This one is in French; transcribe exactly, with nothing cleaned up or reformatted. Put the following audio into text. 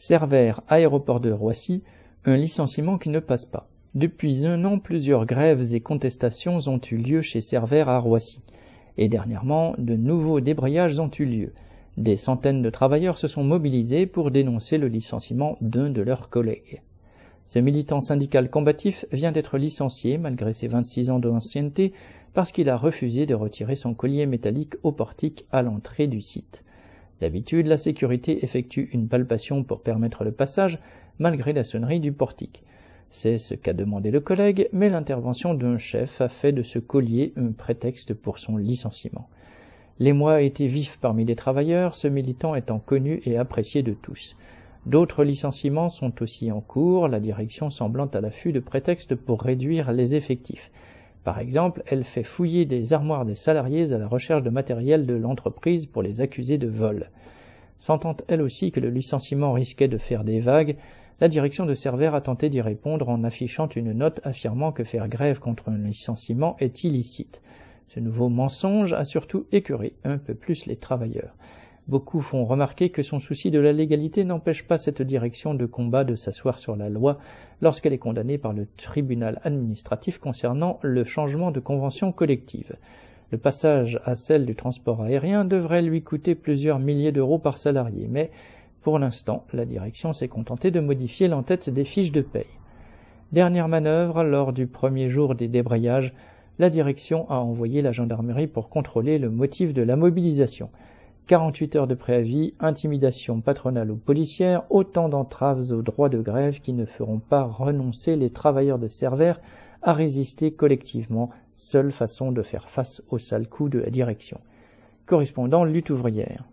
Servère, aéroport de Roissy, un licenciement qui ne passe pas. Depuis un an, plusieurs grèves et contestations ont eu lieu chez Servère à Roissy. Et dernièrement, de nouveaux débrayages ont eu lieu. Des centaines de travailleurs se sont mobilisés pour dénoncer le licenciement d'un de leurs collègues. Ce militant syndical combatif vient d'être licencié, malgré ses vingt-six ans d'ancienneté, parce qu'il a refusé de retirer son collier métallique au portique à l'entrée du site. D'habitude, la sécurité effectue une palpation pour permettre le passage, malgré la sonnerie du portique. C'est ce qu'a demandé le collègue, mais l'intervention d'un chef a fait de ce collier un prétexte pour son licenciement. L'émoi était vif parmi les travailleurs, ce militant étant connu et apprécié de tous. D'autres licenciements sont aussi en cours, la direction semblant à l'affût de prétextes pour réduire les effectifs. Par exemple, elle fait fouiller des armoires des salariés à la recherche de matériel de l'entreprise pour les accuser de vol. Sentant elle aussi que le licenciement risquait de faire des vagues, la direction de Servère a tenté d'y répondre en affichant une note affirmant que faire grève contre un licenciement est illicite. Ce nouveau mensonge a surtout écœuré un peu plus les travailleurs. Beaucoup font remarquer que son souci de la légalité n'empêche pas cette direction de combat de s'asseoir sur la loi lorsqu'elle est condamnée par le tribunal administratif concernant le changement de convention collective. Le passage à celle du transport aérien devrait lui coûter plusieurs milliers d'euros par salarié, mais pour l'instant, la direction s'est contentée de modifier l'entête des fiches de paye. Dernière manœuvre, lors du premier jour des débrayages, la direction a envoyé la gendarmerie pour contrôler le motif de la mobilisation. quarante-huit heures de préavis, intimidation patronale ou policière, autant d'entraves au droit de grève qui ne feront pas renoncer les travailleurs de Servère à résister collectivement, seule façon de faire face au sale coup de la direction. Correspondant Lutte ouvrière.